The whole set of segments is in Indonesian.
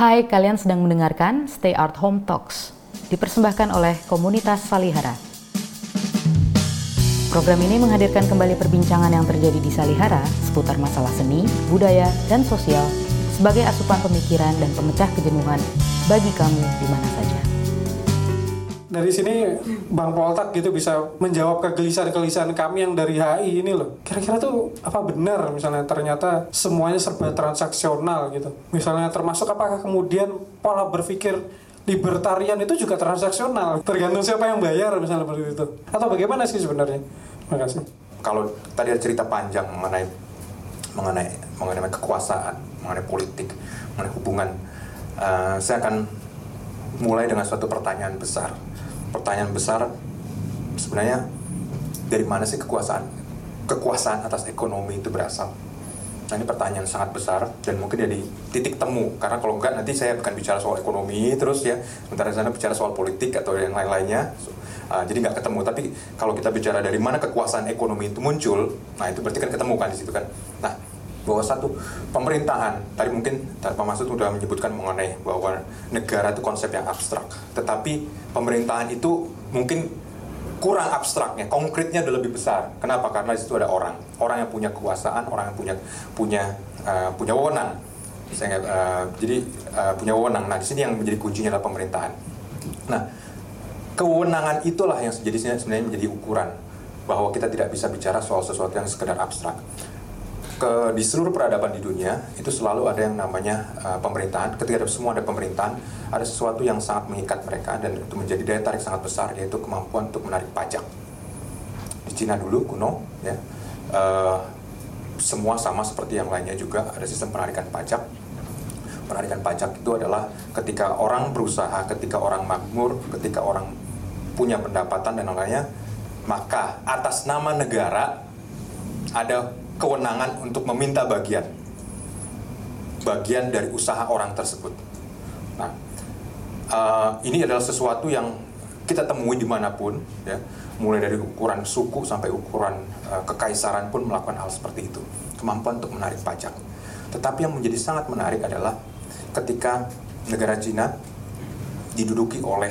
Hai, kalian sedang mendengarkan Stay Art Home Talks, dipersembahkan oleh komunitas Salihara. Program ini menghadirkan kembali perbincangan yang terjadi di Salihara seputar masalah seni, budaya, dan sosial sebagai asupan pemikiran dan pemecah kejenuhan bagi kamu di mana saja. Dari sini Bang Poltak gitu bisa menjawab kegelisahan-kegelisahan kami yang dari HI ini loh. Kira-kira tuh apa benar misalnya ternyata semuanya serba transaksional gitu. Misalnya termasuk apakah kemudian pola berpikir libertarian itu juga transaksional. Tergantung siapa yang bayar misalnya seperti itu. Atau bagaimana sih sebenarnya? Terima kasih. Kalau tadi ada cerita panjang mengenai kekuasaan, mengenai politik, mengenai hubungan, saya akan mulai dengan suatu pertanyaan besar. Pertanyaan besar sebenarnya dari mana sih kekuasaan atas ekonomi itu berasal? Nah, ini pertanyaan sangat besar dan mungkin jadi titik temu, karena kalau enggak nanti saya akan bicara soal ekonomi terus ya, sementara sana bicara soal politik atau yang lain-lainnya. Jadi nggak ketemu. Tapi kalau kita bicara dari mana kekuasaan ekonomi itu muncul, nah itu berarti kan ketemu kan di situ kan. Nah, bahwa satu pemerintahan, tadi mungkin Pak Masud sudah menyebutkan mengenai bahwa negara itu konsep yang abstrak, tetapi pemerintahan itu mungkin kurang abstraknya, konkretnya udah lebih besar. Kenapa? Karena di situ ada orang yang punya kekuasaan, orang yang punya wewenang. Punya wewenang. Nah, di sini yang menjadi kuncinya adalah pemerintahan. Nah, kewenangan itulah yang sebenarnya menjadi ukuran bahwa kita tidak bisa bicara soal sesuatu yang sekedar abstrak. Di seluruh peradaban di dunia itu selalu ada yang namanya pemerintahan. Ketika semua ada pemerintahan, ada sesuatu yang sangat mengikat mereka dan itu menjadi daya tarik sangat besar, yaitu kemampuan untuk menarik pajak. Di Cina dulu kuno, ya, semua sama seperti yang lainnya juga ada sistem penarikan pajak. Penarikan pajak itu adalah ketika orang berusaha, ketika orang makmur, ketika orang punya pendapatan dan lain-lainnya, maka atas nama negara ada kewenangan untuk meminta bagian dari usaha orang tersebut. Nah, ini adalah sesuatu yang kita temui dimanapun, ya, mulai dari ukuran suku sampai ukuran kekaisaran pun melakukan hal seperti itu, kemampuan untuk menarik pajak. Tetapi yang menjadi sangat menarik adalah ketika negara Cina diduduki oleh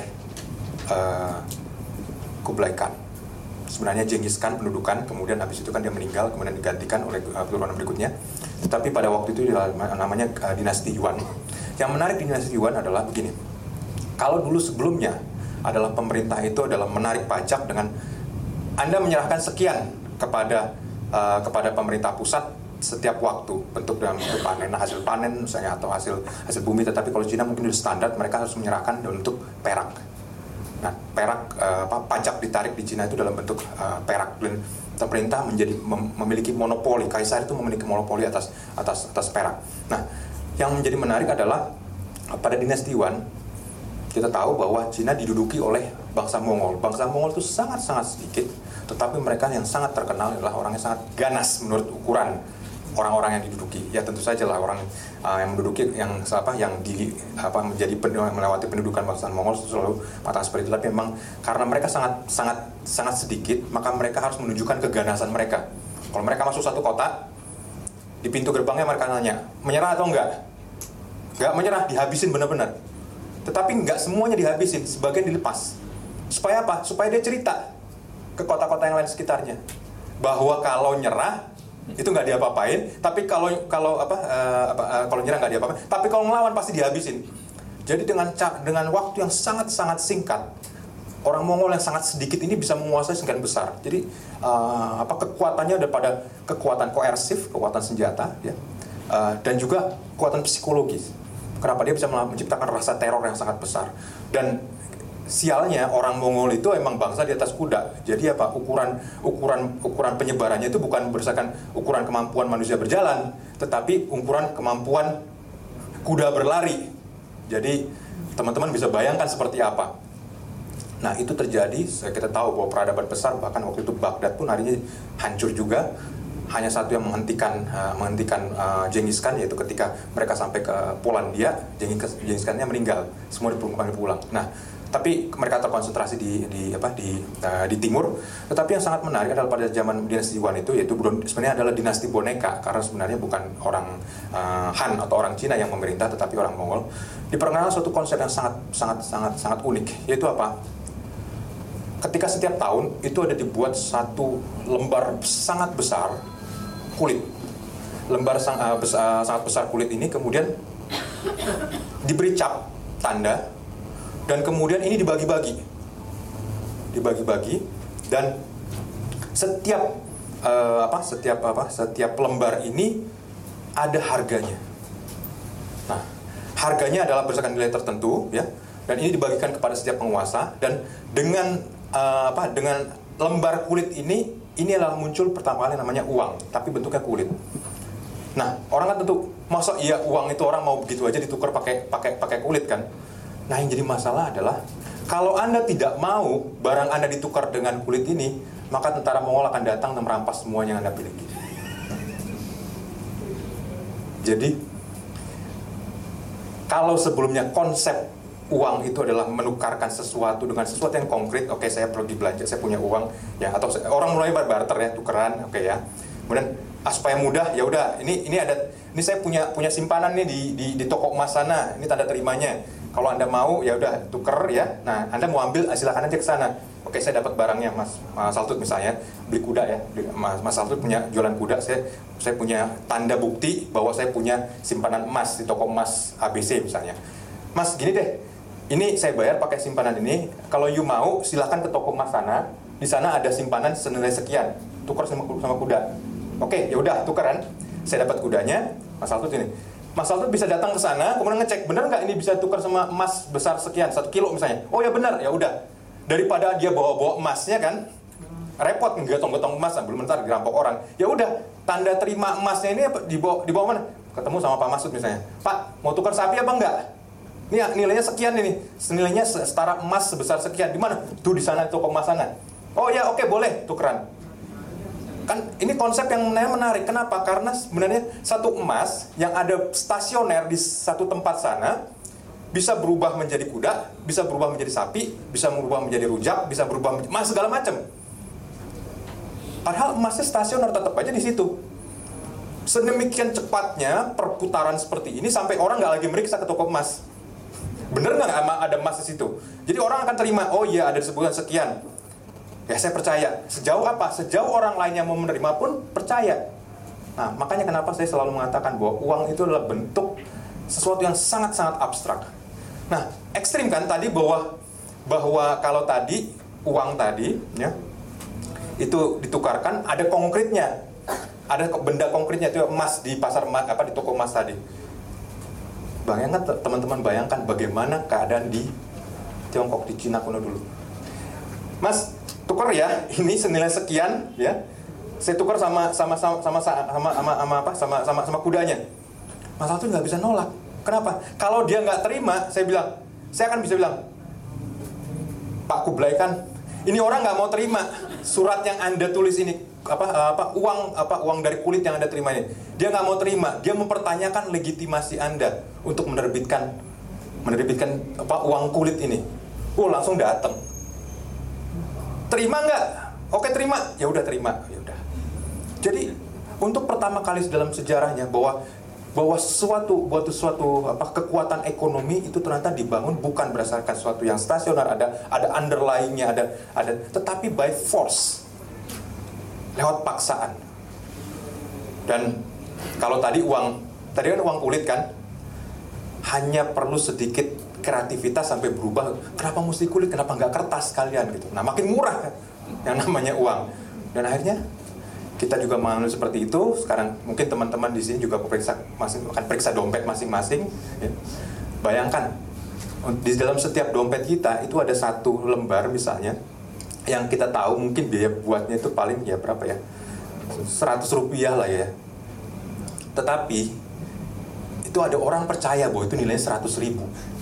Kublai Khan. Sebenarnya Genghis Khan pendudukan, kemudian habis itu kan dia meninggal, kemudian digantikan oleh keturunan berikutnya. Tetapi pada waktu itu namanya dinasti Yuan. Yang menarik di dinasti Yuan adalah begini. Kalau dulu sebelumnya adalah pemerintah itu adalah menarik pajak dengan Anda menyerahkan sekian kepada pemerintah pusat setiap waktu, dalam bentuk panen, hasil panen misalnya atau hasil bumi. Tetapi kalau Cina mungkin sudah standar, mereka harus menyerahkan dalam bentuk perak. Nah, perak, pajak ditarik di Cina itu dalam bentuk perak, dan pemerintah memiliki monopoli. Kaisar itu memiliki monopoli atas perak. Nah, yang menjadi menarik adalah pada dinasti Yuan kita tahu bahwa Cina diduduki oleh bangsa Mongol. Bangsa Mongol itu sangat-sangat sedikit, tetapi mereka yang sangat terkenal adalah orang yang sangat ganas menurut ukuran orang-orang yang diduduki. Ya tentu saja lah orang yang menduduki melewati pendudukan bangsa Mongol selalu mengatakan seperti itu. Tapi memang karena mereka sangat sedikit, maka mereka harus menunjukkan keganasan mereka. Kalau mereka masuk satu kota, di pintu gerbangnya mereka nanya, menyerah atau enggak? Enggak menyerah, dihabisin benar-benar. Tetapi enggak semuanya dihabisin, sebagian dilepas. Supaya apa? Supaya dia cerita ke kota-kota yang lain sekitarnya bahwa kalau nyerah itu nggak diapa-apain, tapi kalau nyerah nggak diapa-apain, tapi kalau ngelawan pasti dihabisin. Jadi dengan waktu yang sangat-sangat singkat, orang Mongol yang sangat sedikit ini bisa menguasai sekian besar. Jadi kekuatannya daripada kekuatan koersif, kekuatan senjata, ya, dan juga kekuatan psikologis. Kenapa dia bisa menciptakan rasa teror yang sangat besar. Dan sialnya orang Mongol itu emang bangsa di atas kuda. Jadi ukuran penyebarannya itu bukan berdasarkan ukuran kemampuan manusia berjalan, tetapi ukuran kemampuan kuda berlari. Jadi teman-teman bisa bayangkan seperti apa. Nah, itu terjadi, kita tahu bahwa peradaban besar, bahkan waktu itu Baghdad pun harinya hancur juga. Hanya satu yang menghentikan Genghis Khan, yaitu ketika mereka sampai ke Polandia, Genghis Khan-nya meninggal, semua dipulang. Nah, Tapi mereka terkonsentrasi di timur. Tetapi yang sangat menarik adalah pada zaman dinasti Yuan itu, yaitu sebenarnya adalah dinasti boneka, karena sebenarnya bukan orang Han atau orang Cina yang memerintah, tetapi orang Mongol. Diperkenalkan suatu konsep yang sangat unik, yaitu apa? Ketika setiap tahun itu ada dibuat satu lembar sangat besar kulit. Lembar sangat besar kulit ini kemudian diberi cap tanda, dan kemudian ini dibagi-bagi dan setiap lembar ini ada harganya. Nah, harganya adalah berdasarkan nilai tertentu, ya, dan ini dibagikan kepada setiap penguasa, dan dengan lembar kulit ini adalah muncul pertama kali namanya uang, tapi bentuknya kulit. Nah, orang kan tentu, masa iya uang itu orang mau begitu aja ditukar pakai kulit kan? Nah, yang jadi masalah adalah kalau Anda tidak mau barang Anda ditukar dengan kulit ini, maka tentara Mongol akan datang dan merampas semuanya yang Anda miliki. Jadi, kalau sebelumnya konsep uang itu adalah menukarkan sesuatu dengan sesuatu yang konkret, oke, saya pergi belanja, saya punya uang, ya, atau orang mulai barter ya, tukeran, oke ya. Kemudian supaya mudah, ya udah, ini saya punya simpanan nih di toko emas sana, ini tanda terimanya. Kalau Anda mau, ya udah tuker ya. Nah, Anda mau ambil, silakan aja ke sana. Oke, saya dapat barangnya, Mas Saltut misalnya, beli kuda ya. Mas Saltut punya jualan kuda, saya punya tanda bukti bahwa saya punya simpanan emas di toko emas ABC misalnya. Mas, gini deh, ini saya bayar pakai simpanan ini. Kalau you mau, silakan ke toko emas sana. Di sana ada simpanan senilai sekian. Tukar sama kuda. Oke, ya udah tukeran. Saya dapat kudanya, Mas Saltut ini. Mas Saltut bisa datang ke sana, kemudian ngecek benar nggak ini bisa tukar sama emas besar sekian, 1 kilo misalnya. Oh ya benar, ya udah. Daripada dia bawa emasnya kan, repot nggotong-gotong emas, belum ntar dirampok orang. Ya udah, tanda terima emasnya ini dibawa mana? Ketemu sama Pak Masud misalnya. Pak, mau tukar sapi apa enggak? Ini nilainya sekian ini, nilainya setara emas sebesar sekian. Di mana? Tuh di sana, toko emas sana. Oh ya, oke, boleh tukeran. Kan ini konsep yang menarik. Kenapa? Karena sebenarnya satu emas yang ada stasioner di satu tempat sana bisa berubah menjadi kuda, bisa berubah menjadi sapi, bisa berubah menjadi rujak, bisa berubah menjadi segala macam. Padahal emasnya stasioner tetap aja di situ. Sedemikian cepatnya perputaran seperti ini sampai orang nggak lagi meriksa ke toko emas. Bener nggak ada emas di situ? Jadi orang akan terima, oh iya ada disebutkan sekian. Ya saya percaya. Sejauh apa? Sejauh orang lain yang mau menerima pun percaya. Nah, makanya kenapa saya selalu mengatakan bahwa uang itu adalah bentuk sesuatu yang sangat-sangat abstrak. Nah, ekstrim kan tadi bahwa kalau tadi uang tadi ya itu ditukarkan ada konkretnya. Ada benda konkretnya itu emas di pasar emas, di toko emas tadi. Bayangkan teman-teman, bayangkan bagaimana keadaan di Tiongkok, di Cina kuno dulu. Mas, tukar ya, ini senilai sekian ya. Saya tukar sama kudanya. Masalah itu nggak bisa nolak. Kenapa? Kalau dia nggak terima, saya akan bisa bilang, Pak Kublai kan, ini orang nggak mau terima surat yang Anda tulis ini, uang dari kulit yang Anda terima ini. Dia nggak mau terima. Dia mempertanyakan legitimasi Anda untuk menerbitkan uang kulit ini. Langsung datang. Terima nggak? Oke, terima. Ya udah terima. Ya udah. Jadi untuk pertama kali dalam sejarahnya bahwa suatu kekuatan ekonomi itu ternyata dibangun bukan berdasarkan sesuatu yang stasioner, ada underlyingnya, ada tetapi by force, lewat paksaan. Dan kalau tadi kan uang kulit kan, hanya perlu sedikit kreativitas sampai berubah. Kenapa mesti kulit? Kenapa nggak kertas kalian gitu? Nah, makin murah yang namanya uang. Dan akhirnya kita juga mengambil seperti itu. Sekarang mungkin teman-teman di sini juga akan periksa dompet masing-masing. Ya. Bayangkan di dalam setiap dompet kita itu ada satu lembar misalnya yang kita tahu mungkin biaya buatnya itu paling ya berapa ya, 100 rupiah lah ya. Tetapi itu ada orang percaya bahwa itu nilainya 100.000.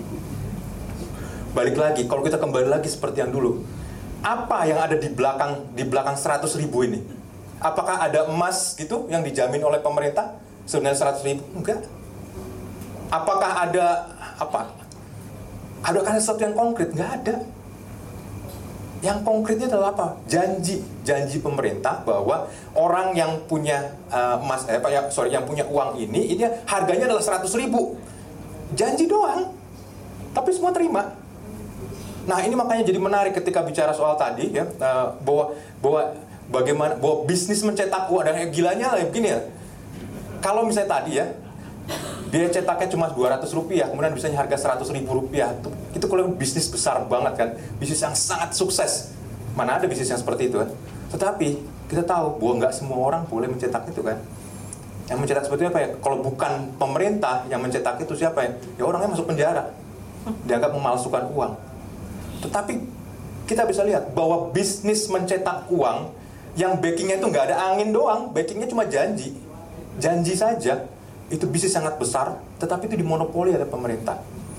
Balik lagi, kalau kita kembali lagi seperti yang dulu, apa yang ada di belakang 100.000 ini? Apakah ada emas gitu yang dijamin oleh pemerintah sebenarnya 100.000? Enggak. Apakah ada Adakah sesuatu yang konkret? Nggak ada. Yang konkretnya adalah apa? Janji pemerintah bahwa orang yang punya yang punya uang ini harganya adalah 100.000. Janji doang, tapi semua terima. Nah, ini makanya jadi menarik ketika bicara soal tadi ya, bahwa bisnis mencetak uang, dan gilanya lah begini ya. Kalau misalnya tadi ya, dia cetaknya cuma 200 rupiah, kemudian bisanya harga 100.000 rupiah. Itu kalau bisnis besar banget kan, bisnis yang sangat sukses. Mana ada bisnis yang seperti itu kan? Tetapi kita tahu bahwa nggak semua orang boleh mencetak itu kan. Yang mencetak seperti apa ya? Kalau bukan pemerintah yang mencetak itu, siapa ya? Ya orangnya masuk penjara, dianggap memalsukan uang. Tetapi kita bisa lihat bahwa bisnis mencetak uang yang backingnya itu nggak ada angin doang, backingnya cuma janji saja. Itu bisnis sangat besar, tetapi itu dimonopoli oleh pemerintah.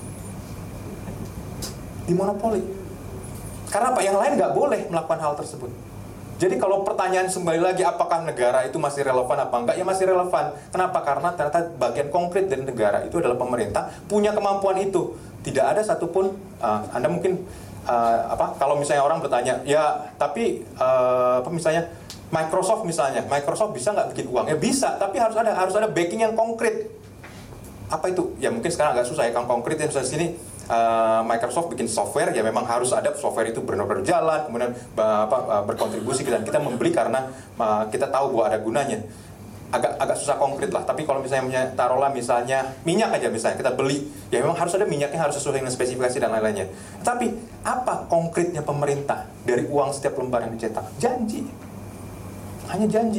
Dimonopoli. Karena apa? Yang lain nggak boleh melakukan hal tersebut. Jadi kalau pertanyaan kembali lagi, apakah negara itu masih relevan apa enggak? Ya masih relevan. Kenapa? Karena ternyata bagian konkret dari negara itu adalah pemerintah punya kemampuan itu. Tidak ada satupun, Anda mungkin kalau misalnya orang bertanya, ya tapi misalnya Microsoft bisa nggak bikin uang? Ya bisa, tapi harus ada backing yang konkret. Apa itu? Ya mungkin sekarang agak susah ya, kalau konkret ya misalnya sini Microsoft bikin software, ya memang harus ada software itu benar-benar jalan, kemudian berkontribusi, dan kita membeli karena kita tahu bahwa ada gunanya. Agak susah konkret lah. Tapi kalau misalnya taruhlah misalnya minyak aja, misalnya kita beli, ya memang harus ada minyaknya, harus sesuai dengan spesifikasi dan lain-lainnya. Tapi apa konkretnya pemerintah dari uang setiap lembar yang dicetak? Janji. Hanya janji.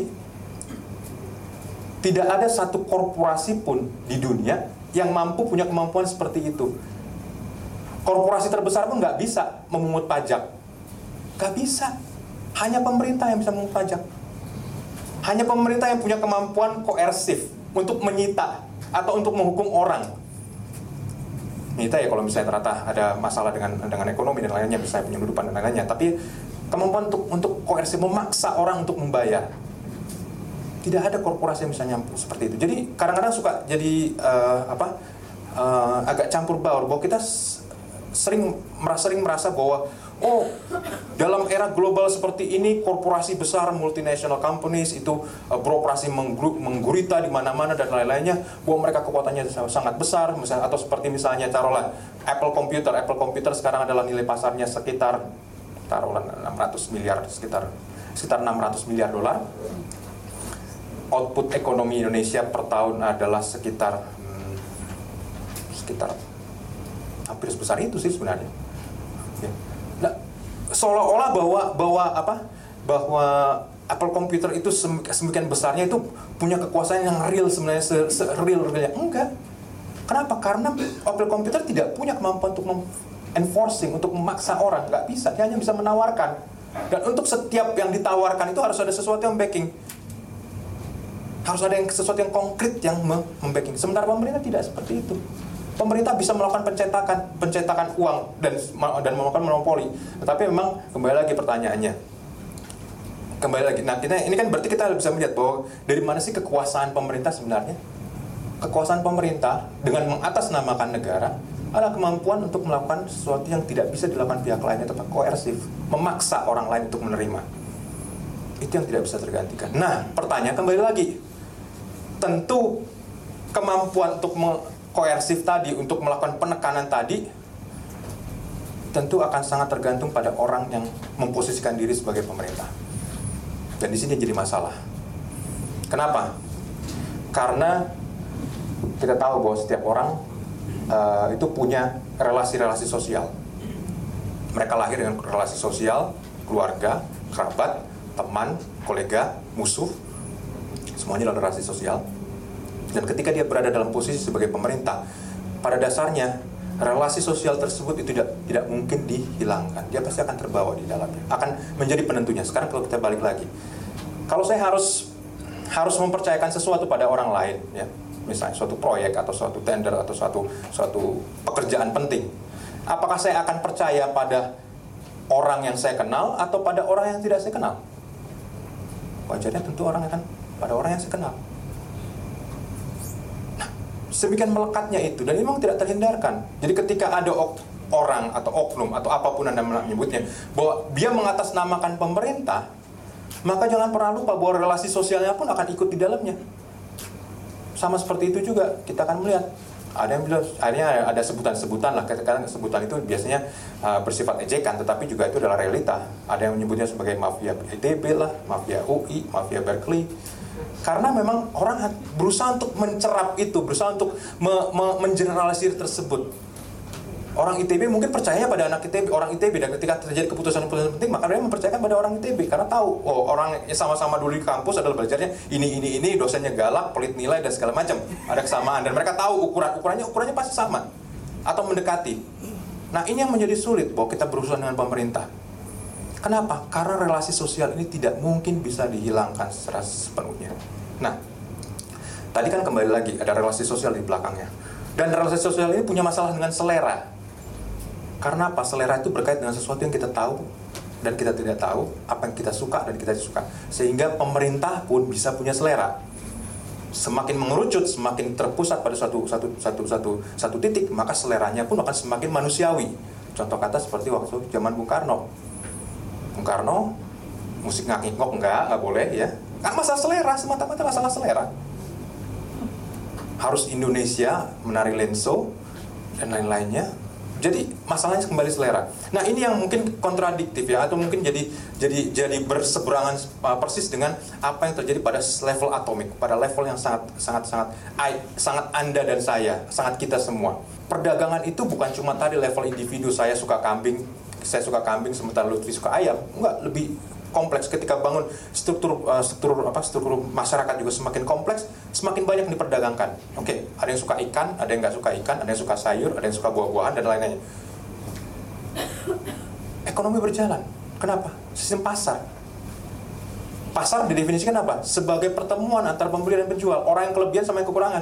Tidak ada satu korporasi pun di dunia yang mampu punya kemampuan seperti itu. Korporasi terbesar pun nggak bisa memungut pajak. Nggak bisa. Hanya pemerintah yang bisa memungut pajak. Hanya pemerintah yang punya kemampuan koersif untuk menyita atau untuk menghukum orang. Menyita ya kalau misalnya ternyata ada masalah dengan ekonomi dan lainnya, misalnya penyeludupan dan lainnya. Tapi kemampuan untuk koersif, memaksa orang untuk membayar. Tidak ada korporasi yang bisa nyampu seperti itu. Jadi kadang-kadang suka jadi agak campur baur, bahwa kita sering merasa bahwa dalam era global seperti ini, korporasi besar, multinational companies itu beroperasi menggurita di mana-mana dan lain-lainnya, bahwa mereka kekuatannya sangat besar, misalnya, atau seperti misalnya taruhlah Apple Computer sekarang adalah nilai pasarnya sekitar taruhlah 600 miliar, sekitar 600 miliar dolar. Output ekonomi Indonesia per tahun adalah sekitar hampir sebesar itu sih sebenarnya. Ya. Nah, seolah-olah bahwa Apple Computer itu semikian besarnya itu punya kekuasaan yang real sebenarnya, real-realnya. Enggak. Kenapa? Karena Apple Computer tidak punya kemampuan untuk enforcing, untuk memaksa orang. Nggak bisa, dia hanya bisa menawarkan. Dan untuk setiap yang ditawarkan itu harus ada sesuatu yang backing. Harus ada sesuatu yang konkret yang membacking. Sementara pemerintah tidak seperti itu. Pemerintah bisa melakukan pencetakan uang dan melakukan monopoli. Tetapi memang kembali lagi pertanyaannya. Nah, ini kan berarti kita bisa melihat bahwa dari mana sih kekuasaan pemerintah sebenarnya? Kekuasaan pemerintah dengan mengatasnamakan negara adalah kemampuan untuk melakukan sesuatu yang tidak bisa dilakukan pihak lainnya, atau koersif, memaksa orang lain untuk menerima. Itu yang tidak bisa tergantikan. Nah, pertanyaan kembali lagi. Tentu kemampuan untuk koersif tadi, untuk melakukan penekanan tadi, tentu akan sangat tergantung pada orang yang memposisikan diri sebagai pemerintah. Dan di sini jadi masalah. Kenapa? Karena kita tahu bahwa setiap orang itu punya relasi-relasi sosial. Mereka lahir dengan relasi sosial, keluarga, kerabat, teman, kolega, musuh. Semuanya adalah relasi sosial. Dan ketika dia berada dalam posisi sebagai pemerintah, pada dasarnya relasi sosial tersebut itu tidak mungkin dihilangkan. Dia pasti akan terbawa di dalamnya, akan menjadi penentunya. Sekarang kalau kita balik lagi, kalau saya harus mempercayakan sesuatu pada orang lain, ya, misalnya suatu proyek atau suatu tender atau suatu pekerjaan penting, apakah saya akan percaya pada orang yang saya kenal atau pada orang yang tidak saya kenal? Wajarnya tentu pada orang yang saya kenal. Nah, semikian melekatnya itu, dan memang tidak terhindarkan. Jadi ketika ada orang atau oknum atau apapun Anda menyebutnya, bahwa dia mengatasnamakan pemerintah, maka jangan pernah lupa bahwa relasi sosialnya pun akan ikut di dalamnya. Sama seperti itu juga kita akan melihat. Ada yang bilang, akhirnya ada sebutan-sebutan lah, kadang sebutan itu biasanya bersifat ejekan, tetapi juga itu adalah realita. Ada yang menyebutnya sebagai mafia ITB lah, mafia UI, mafia Berkeley. Karena memang orang berusaha untuk mencerap itu, berusaha untuk mengeneralisir tersebut. Orang ITB mungkin percaya pada anak ITB, orang ITB, dan ketika terjadi keputusan-keputusan penting, maka mereka mempercayakan pada orang ITB karena tahu, oh orang sama-sama dulu di kampus adalah belajarnya ini, dosennya galak, pelit nilai dan segala macam, ada kesamaan, dan mereka tahu ukurannya pasti sama atau mendekati. Nah, ini yang menjadi sulit bahwa kita berurusan dengan pemerintah. Kenapa? Karena relasi sosial ini tidak mungkin bisa dihilangkan secara sepenuhnya. Nah, tadi kan kembali lagi ada relasi sosial di belakangnya, dan relasi sosial ini punya masalah dengan selera. Karena apa? Selera itu berkait dengan sesuatu yang kita tahu dan kita tidak tahu, apa yang kita suka dan kita tidak suka. Sehingga pemerintah pun bisa punya selera. Semakin mengerucut, semakin terpusat pada satu titik, maka seleranya pun akan semakin manusiawi. Contoh kata seperti waktu zaman Bung Karno. Bung Karno, musik ngak-ngok nggak boleh ya. Kan masalah selera, semata-mata masalah selera. Harus Indonesia menari lenso dan lain-lainnya. Jadi masalahnya kembali selera. Nah, ini yang mungkin kontradiktif ya, atau mungkin jadi berseberangan persis dengan apa yang terjadi pada level atomik, pada level yang sangat Anda dan saya, sangat kita semua. Perdagangan itu bukan cuma tadi level individu, saya suka kambing sementara Lutfi suka ayam. Enggak, lebih kompleks. Ketika bangun struktur masyarakat juga semakin kompleks, semakin banyak yang diperdagangkan. Oke, ada yang suka ikan, ada yang nggak suka ikan, ada yang suka sayur, ada yang suka buah-buahan dan lain-lainnya. Ekonomi berjalan. Kenapa? Sistem pasar. Pasar didefinisikan apa? Sebagai pertemuan antara pembeli dan penjual, orang yang kelebihan sama yang kekurangan.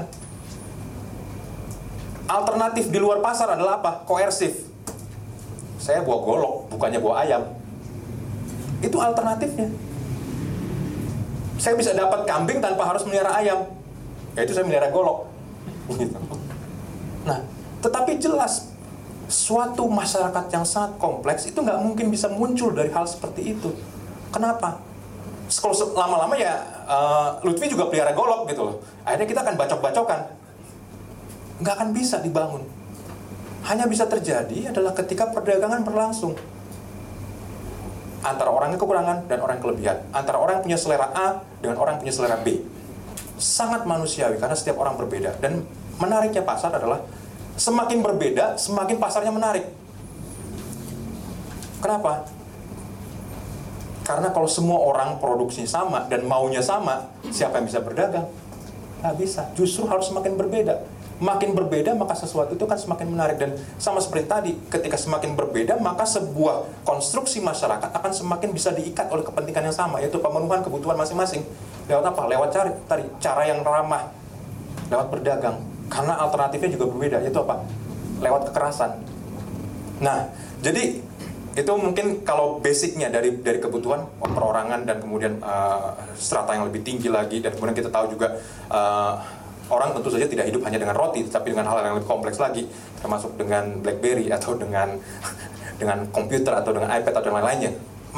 Alternatif di luar pasar adalah apa? Koersif. Saya buah golok, bukannya buah ayam. Itu alternatifnya. Saya bisa dapat kambing tanpa harus melihara ayam, yaitu saya melihara golok. Nah, tetapi jelas suatu masyarakat yang sangat kompleks itu nggak mungkin bisa muncul dari hal seperti itu. Kenapa? Kalau lama-lama ya Lutfi juga pelihara golok gitu loh. Akhirnya kita akan bacok-bacokan. Nggak akan bisa dibangun. Hanya bisa terjadi adalah ketika perdagangan berlangsung antara orang yang kekurangan dan orang yang kelebihan, antara orang yang punya selera A dengan orang yang punya selera B. Sangat manusiawi karena setiap orang berbeda. Dan menariknya pasar adalah semakin berbeda, semakin pasarnya menarik. Kenapa? Karena kalau semua orang produksinya sama dan maunya sama, siapa yang bisa berdagang? Nggak bisa. Justru harus semakin berbeda. Makin berbeda maka sesuatu itu kan semakin menarik. Dan sama seperti tadi, ketika semakin berbeda maka sebuah konstruksi masyarakat akan semakin bisa diikat oleh kepentingan yang sama, yaitu pemenuhan kebutuhan masing-masing. Lewat apa? Lewat cara yang ramah, lewat berdagang. Karena alternatifnya juga berbeda, yaitu apa? Lewat kekerasan. Nah, jadi itu mungkin kalau basicnya dari kebutuhan perorangan dan kemudian strata yang lebih tinggi lagi. Dan kemudian kita tahu juga orang tentu saja tidak hidup hanya dengan roti, tapi dengan hal yang lebih kompleks lagi, termasuk dengan BlackBerry atau dengan komputer atau dengan iPad atau yang lain-lainnya.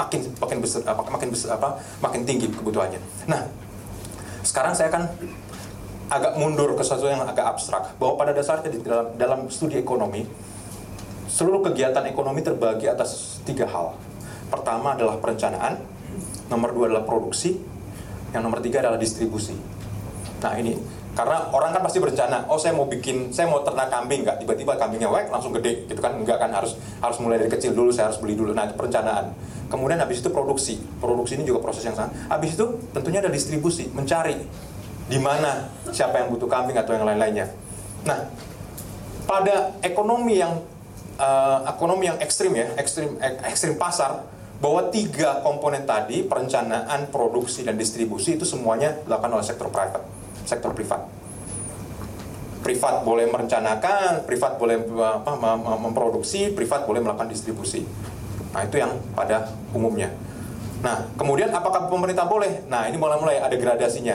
Makin tinggi kebutuhannya. Nah, sekarang saya akan agak mundur ke sesuatu yang agak abstrak, bahwa pada dasarnya dalam studi ekonomi, seluruh kegiatan ekonomi terbagi atas 3 hal. Pertama adalah perencanaan, nomor 2 adalah produksi, yang nomor 3 adalah distribusi. Nah, ini karena orang kan pasti berencana, oh saya mau ternak kambing, nggak tiba-tiba kambingnya langsung gede gitu kan, nggak kan, harus mulai dari kecil dulu, saya harus beli dulu. Nah, itu perencanaan. Kemudian habis itu produksi ini juga proses yang sama. Habis itu tentunya ada distribusi, mencari di mana siapa yang butuh kambing atau yang lain-lainnya. Nah, pada ekonomi yang ekstrim ya, ekstrim pasar, bahwa 3 komponen tadi, perencanaan, produksi dan distribusi, itu semuanya dilakukan oleh sektor privat. Privat boleh merencanakan, privat boleh memproduksi, privat boleh melakukan distribusi. Nah, itu yang pada umumnya. Nah, kemudian apakah pemerintah boleh? Nah, ini mulai ada gradasinya.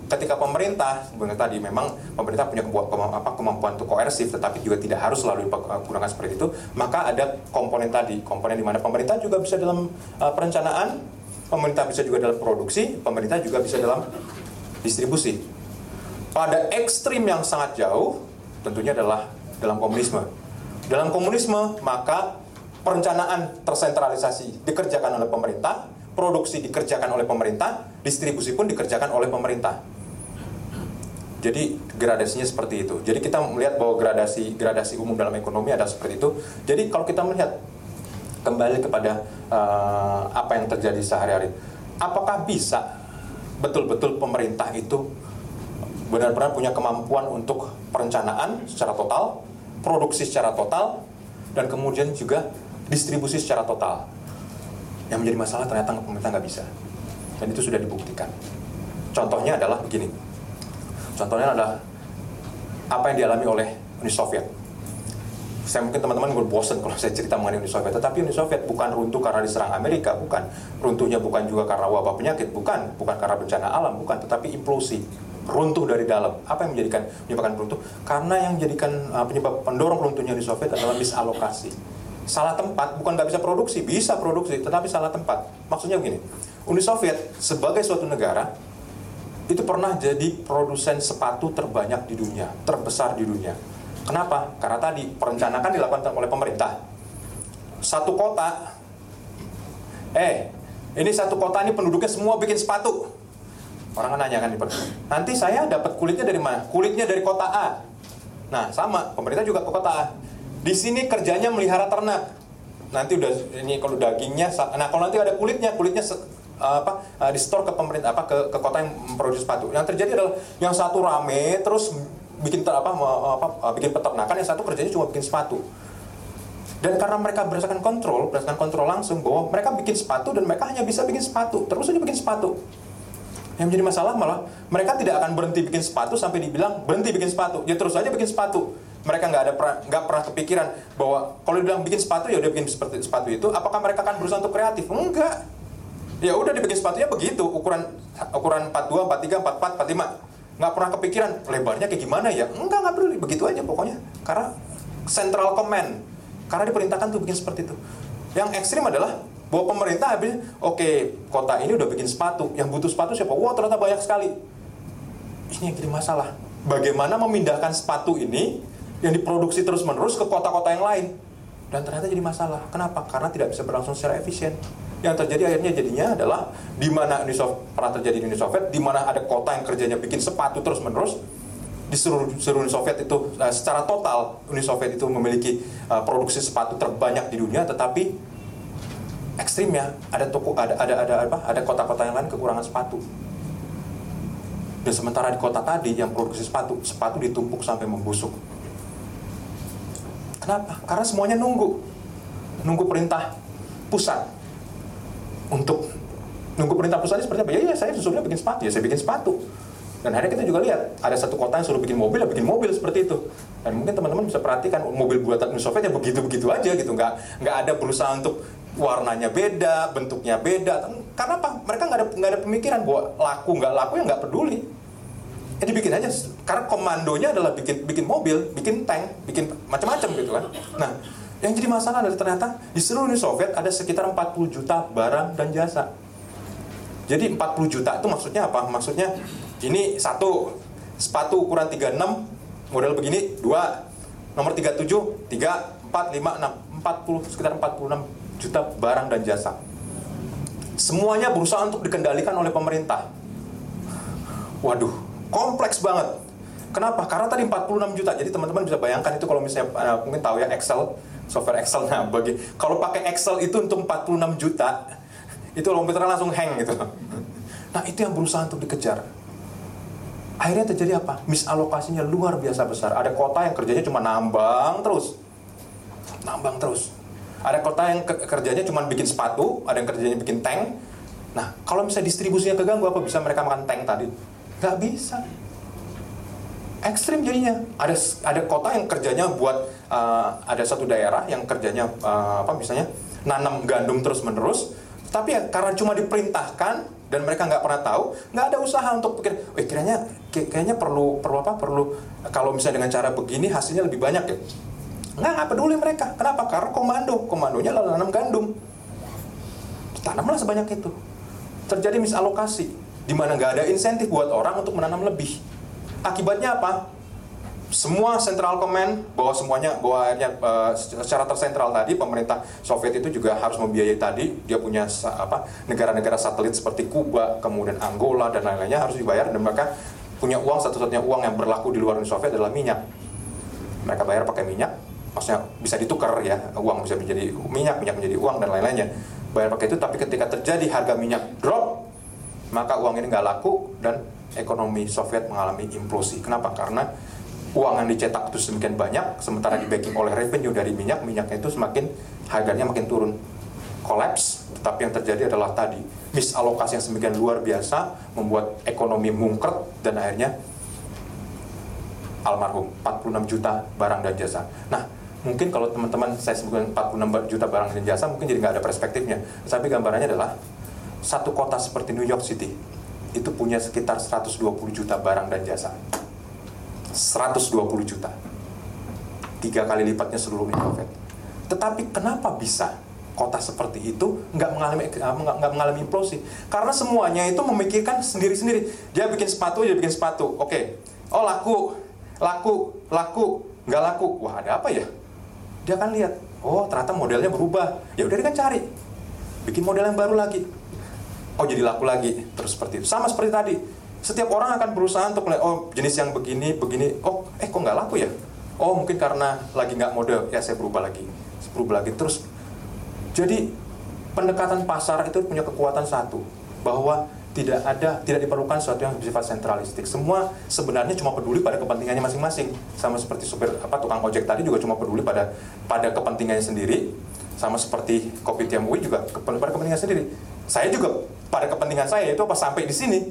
ketika pemerintah, sebenarnya tadi memang pemerintah punya kemampuan untuk koersif, tetapi juga tidak harus selalu digunakan seperti itu, maka ada komponen tadi, komponen di mana pemerintah juga bisa dalam perencanaan, pemerintah bisa juga dalam produksi, pemerintah juga bisa dalam distribusi. Pada ekstrim yang sangat jauh, tentunya adalah dalam komunisme. Dalam komunisme, maka perencanaan tersentralisasi dikerjakan oleh pemerintah, produksi dikerjakan oleh pemerintah, distribusi pun dikerjakan oleh pemerintah. Jadi gradasinya seperti itu. Jadi kita melihat bahwa gradasi umum dalam ekonomi ada seperti itu. Jadi kalau kita melihat kembali kepada apa yang terjadi sehari-hari, apakah bisa betul-betul pemerintah itu benar-benar punya kemampuan untuk perencanaan secara total, produksi secara total, dan kemudian juga distribusi secara total? Yang menjadi masalah ternyata pemerintah nggak bisa, dan itu sudah dibuktikan. Contohnya adalah begini. Contohnya adalah apa yang dialami oleh Uni Soviet. Saya mungkin teman-teman bosan kalau saya cerita mengenai Uni Soviet, tetapi Uni Soviet bukan runtuh karena diserang Amerika, bukan. Runtuhnya bukan juga karena wabah penyakit, bukan karena bencana alam, bukan, tetapi implosi, runtuh dari dalam. Apa yang menyebabkan runtuh? Karena yang menjadikan penyebab pendorong runtuhnya Uni Soviet adalah misalokasi. Salah tempat, bukan nggak bisa produksi, tetapi salah tempat. Maksudnya begini, Uni Soviet sebagai suatu negara itu pernah jadi produsen sepatu terbanyak di dunia, terbesar di dunia. Kenapa? Karena tadi perencanaan dilakukan oleh pemerintah. Satu kota, ini satu kota ini penduduknya semua bikin sepatu. Orang kan nanya kan, nanti saya dapat kulitnya dari mana? Kulitnya dari kota A. Nah sama, pemerintah juga ke kota A. Di sini kerjanya melihara ternak. Nanti udah ini kalau dagingnya, nah kalau nanti ada kulitnya di store ke pemerintah ke kota yang memproduksi sepatu. Yang terjadi adalah yang satu rame terus bikin bikin peternakan, yang satu kerjanya cuma bikin sepatu. Dan karena mereka berdasarkan kontrol langsung bahwa mereka bikin sepatu dan mereka hanya bisa bikin sepatu, terus aja bikin sepatu. Yang menjadi masalah malah mereka tidak akan berhenti bikin sepatu sampai dibilang berhenti bikin sepatu. Ya terus aja bikin sepatu. Mereka nggak pernah kepikiran bahwa kalau dibilang bikin sepatu ya udah bikin seperti sepatu itu. Apakah mereka akan berusaha untuk kreatif? Enggak. Ya udah dibikin sepatunya begitu, ukuran 42, 43, 44, 45. Nggak pernah kepikiran lebarnya kayak gimana ya? Nggak peduli, begitu aja pokoknya. Karena central command, karena diperintahkan tuh bikin seperti itu. Yang ekstrim adalah bahwa pemerintah habis, kota ini udah bikin sepatu, yang butuh sepatu siapa? Wah ternyata banyak sekali. Ini yang jadi masalah. Bagaimana memindahkan sepatu ini yang diproduksi terus-menerus ke kota-kota yang lain? Dan ternyata jadi masalah. Kenapa? Karena tidak bisa berlangsung secara efisien. Yang terjadi akhirnya jadinya adalah di mana pernah terjadi di Uni Soviet, di mana ada kota yang kerjanya bikin sepatu terus-menerus. Di seluruh Uni Soviet itu secara total Uni Soviet itu memiliki produksi sepatu terbanyak di dunia, tetapi ekstrimnya ada kota-kota yang lain kekurangan sepatu. Dan sementara di kota tadi yang produksi sepatu ditumpuk sampai membusuk. Kenapa? Karena semuanya nunggu perintah pusat. Untuk nunggu perintah pusat seperti apa? Ya saya suruhnya bikin sepatu, ya saya bikin sepatu. Dan akhirnya kita juga lihat ada satu kota yang suruh bikin mobil seperti itu. Dan mungkin teman-teman bisa perhatikan mobil buatan Uni Soviet ya begitu-begitu aja gitu, nggak ada berusaha untuk warnanya beda, bentuknya beda. Karena apa? Mereka nggak ada pemikiran bahwa laku nggak laku ya nggak peduli. Ya dibikin aja. Karena komandonya adalah bikin mobil, bikin tank, bikin macam-macam gitu kan. Nah, yang jadi masalah adalah ternyata di seluruh Uni Soviet ada sekitar 40 juta barang dan jasa. Jadi 40 juta itu maksudnya apa? Maksudnya ini satu sepatu ukuran 36 model begini, 2 nomor 37, 3, 4, 5, 6, 40 sekitar 46 juta barang dan jasa. Semuanya berusaha untuk dikendalikan oleh pemerintah. Waduh, kompleks banget. Kenapa? Karena tadi 46 juta. Jadi teman-teman bisa bayangkan itu kalau misalnya mungkin tahu ya Excel, software Excel. Nah, kalau pakai Excel itu untuk 46 juta, itu komputernya langsung hang gitu. Nah, itu yang berusaha untuk dikejar. Akhirnya terjadi apa? Misalokasinya luar biasa besar. Ada kota yang kerjanya cuma nambang terus. Ada kota yang kerjanya cuma bikin sepatu, ada yang kerjanya bikin tank. Nah, kalau misalnya distribusinya keganggu, apa bisa mereka makan tank tadi? Nggak bisa. Ekstrim jadinya. Ada kota yang kerjanya buat ada satu daerah yang kerjanya misalnya nanam gandum terus-menerus, tapi ya karena cuma diperintahkan dan mereka nggak pernah tahu, nggak ada usaha untuk pikir, kayaknya perlu kalau misalnya dengan cara begini hasilnya lebih banyak ya. Nggak peduli mereka. Kenapa? Karena komandonya adalah nanam gandum. Tanamlah sebanyak itu. Terjadi misalokasi, di mana nggak ada insentif buat orang untuk menanam lebih. Akibatnya apa? Semua central command bahwa akhirnya secara tersentral tadi pemerintah Soviet itu juga harus membiayai tadi, dia punya negara-negara satelit seperti Kuba, kemudian Angola dan lain-lainnya harus dibayar, dan mereka punya uang, satu-satunya uang yang berlaku di luar Uni Soviet adalah minyak. Mereka bayar pakai minyak, maksudnya bisa ditukar ya, uang bisa menjadi minyak menjadi uang dan lain-lainnya. Bayar pakai itu, tapi ketika terjadi harga minyak drop, maka uang ini nggak laku dan ekonomi Soviet mengalami implosi. Kenapa? Karena uang yang dicetak itu semakin banyak, sementara di backing oleh revenue dari minyaknya itu harganya makin turun, kolaps. Tetapi yang terjadi adalah tadi misalokasi yang semakin luar biasa, membuat ekonomi mungkret dan akhirnya almarhum 46 juta barang dan jasa. Nah, mungkin kalau teman-teman saya sebutkan 46 juta barang dan jasa mungkin jadi nggak ada perspektifnya. Tapi gambarannya adalah satu kota seperti New York City itu punya sekitar 120 juta barang dan jasa. 120 juta, 3 kali lipatnya seluruh Uni Soviet. Tetapi kenapa bisa kota seperti itu nggak mengalami implosi? Karena semuanya itu memikirkan sendiri-sendiri. Dia bikin sepatu, Oke. Oh laku, nggak laku. Wah ada apa ya? Dia kan lihat, oh ternyata modelnya berubah. Ya udah dia kan cari, bikin model yang baru lagi. Oh jadi laku lagi, terus seperti itu. Sama seperti tadi. Setiap orang akan berusaha untuk melihat, oh jenis yang begini, kok nggak laku ya? Oh mungkin karena lagi nggak mode, ya saya berubah lagi. Terus. Jadi pendekatan pasar itu punya kekuatan satu, bahwa tidak diperlukan sesuatu yang bersifat sentralistik. Semua sebenarnya cuma peduli pada kepentingannya masing-masing. Sama seperti tukang ojek tadi juga cuma peduli pada kepentingannya sendiri. Sama seperti Kopitiam UI juga pada kepentingan sendiri. Saya juga pada kepentingan saya itu pas sampai di sini.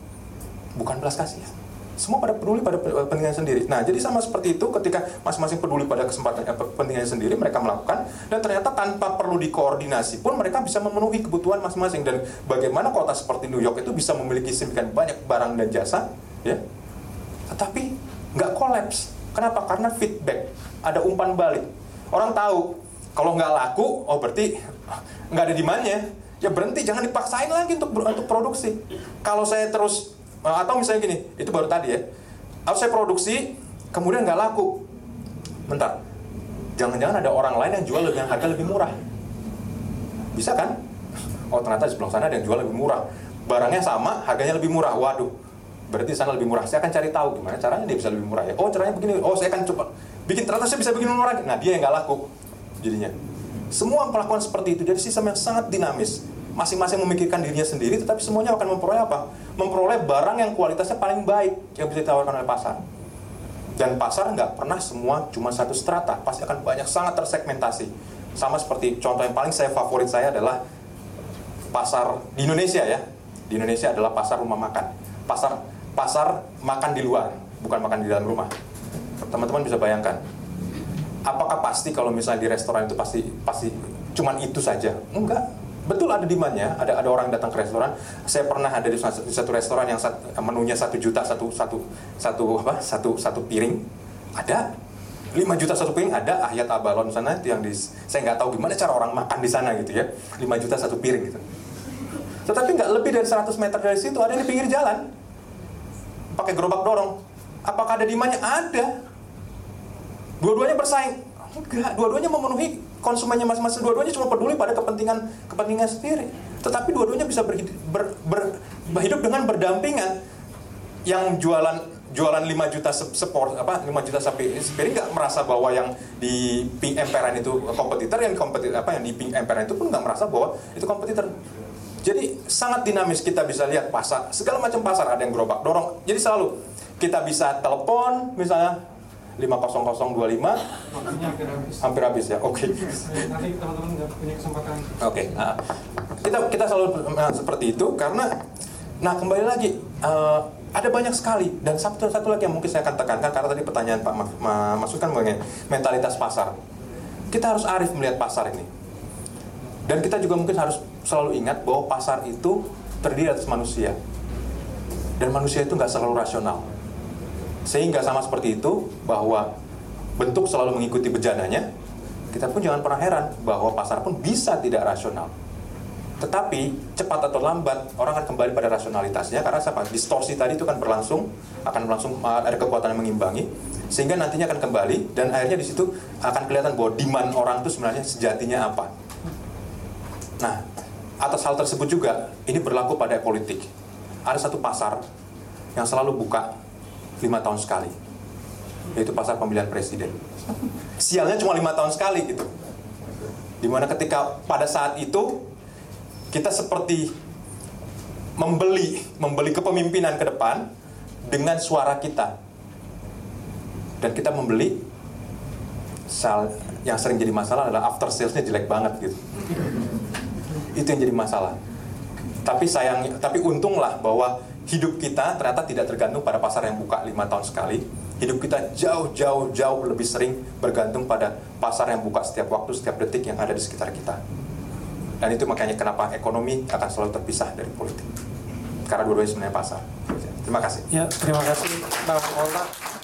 Bukan belas kasihan. Semua pada peduli pada kepentingan sendiri. Nah, jadi sama seperti itu ketika masing-masing peduli pada kepentingannya sendiri, mereka melakukan, dan ternyata tanpa perlu dikoordinasi pun mereka bisa memenuhi kebutuhan masing-masing. Dan bagaimana kota seperti New York itu bisa memiliki sedemikian banyak barang dan jasa, ya, tetapi nggak kolaps. Kenapa? Karena feedback, ada umpan balik. Orang tahu kalau nggak laku, oh berarti nggak ada demand-nya. Ya berhenti, jangan dipaksain lagi untuk produksi. Kalau saya terus atau misalnya gini, itu baru tadi ya, harus saya produksi, kemudian nggak laku. Bentar, jangan-jangan ada orang lain yang jual yang harga lebih murah. Bisa kan? Oh ternyata di sebelah sana ada yang jual lebih murah. Barangnya sama, harganya lebih murah. Waduh, berarti di sana lebih murah. Saya akan cari tahu gimana caranya dia bisa lebih murah ya. Oh caranya begini, oh saya akan coba bikin, ternyata saya bisa bikin murah. Nah dia yang nggak laku jadinya. Semua melakukan seperti itu, jadi sistem yang sangat dinamis. Masing-masing memikirkan dirinya sendiri, tetapi semuanya akan memperoleh apa? Memperoleh barang yang kualitasnya paling baik yang bisa ditawarkan oleh pasar. Dan pasar nggak pernah semua cuma satu strata, pasti akan banyak, sangat tersegmentasi. Sama seperti contoh yang paling favorit saya adalah pasar di Indonesia ya. Di Indonesia adalah pasar rumah makan. Pasar makan di luar, bukan makan di dalam rumah. Teman-teman bisa bayangkan. Apakah pasti kalau misalnya di restoran itu pasti cuman itu saja? Enggak. Betul ada demand-nya, ada orang datang ke restoran. Saya pernah ada di satu restoran yang menunya 1 juta satu piring. Ada 5 juta satu piring, ada Ahyat Abalon sana itu yang saya nggak tahu gimana cara orang makan di sana gitu ya. 5 juta satu piring gitu. Tetapi nggak lebih dari 100 meter dari situ ada di pinggir jalan. Pakai gerobak dorong. Apakah ada demand-nya? Ada. Dua-duanya bersaing. Enggak, dua-duanya memenuhi konsumennya masing-masing. Dua-duanya cuma peduli pada kepentingan sendiri. Tetapi dua-duanya bisa berhidup dengan berdampingan. Yang jualan 5 juta 5 juta sapi piring nggak merasa bahwa yang di Pink Emperor itu kompetitor, yang di Pink Emperor itu pun nggak merasa bahwa itu kompetitor. Jadi sangat dinamis, kita bisa lihat pasar, segala macam pasar, ada yang gerobak dorong. Jadi selalu kita bisa telepon misalnya 50025 hampir habis ya. Oke. Nanti teman-teman nggak punya kesempatan. Oke. Kita selalu seperti itu karena kembali lagi ada banyak sekali, dan satu lagi yang mungkin saya akan tekankan karena tadi pertanyaan Pak Masud kan mengenai mentalitas pasar. Kita harus arif melihat pasar ini. Dan kita juga mungkin harus selalu ingat bahwa pasar itu terdiri atas manusia. Dan manusia itu nggak selalu rasional. Sehingga sama seperti itu, bahwa bentuk selalu mengikuti bejananya, kita pun jangan pernah heran bahwa pasar pun bisa tidak rasional. Tetapi cepat atau lambat orang akan kembali pada rasionalitasnya, karena apa? Distorsi tadi itu akan berlangsung ada kekuatan yang mengimbangi, sehingga nantinya akan kembali, dan akhirnya di situ akan kelihatan bahwa demand orang itu sebenarnya sejatinya apa. Nah, atas hal tersebut juga ini berlaku pada politik. Ada satu pasar yang selalu buka 5 tahun sekali, yaitu pasar pemilihan presiden. Sialnya cuma 5 tahun sekali gitu. Dimana ketika pada saat itu kita seperti membeli kepemimpinan ke depan dengan suara kita. Dan kita membeli yang sering jadi masalah adalah after sales-nya jelek banget gitu. Itu yang jadi masalah. Tapi untunglah bahwa hidup kita ternyata tidak tergantung pada pasar yang buka 5 tahun sekali. Hidup kita jauh lebih sering bergantung pada pasar yang buka setiap waktu, setiap detik yang ada di sekitar kita. Dan itu makanya kenapa ekonomi akan selalu terpisah dari politik. Karena dua-duanya sebenarnya pasar. Terima kasih. Ya, terima kasih Bang Poltak.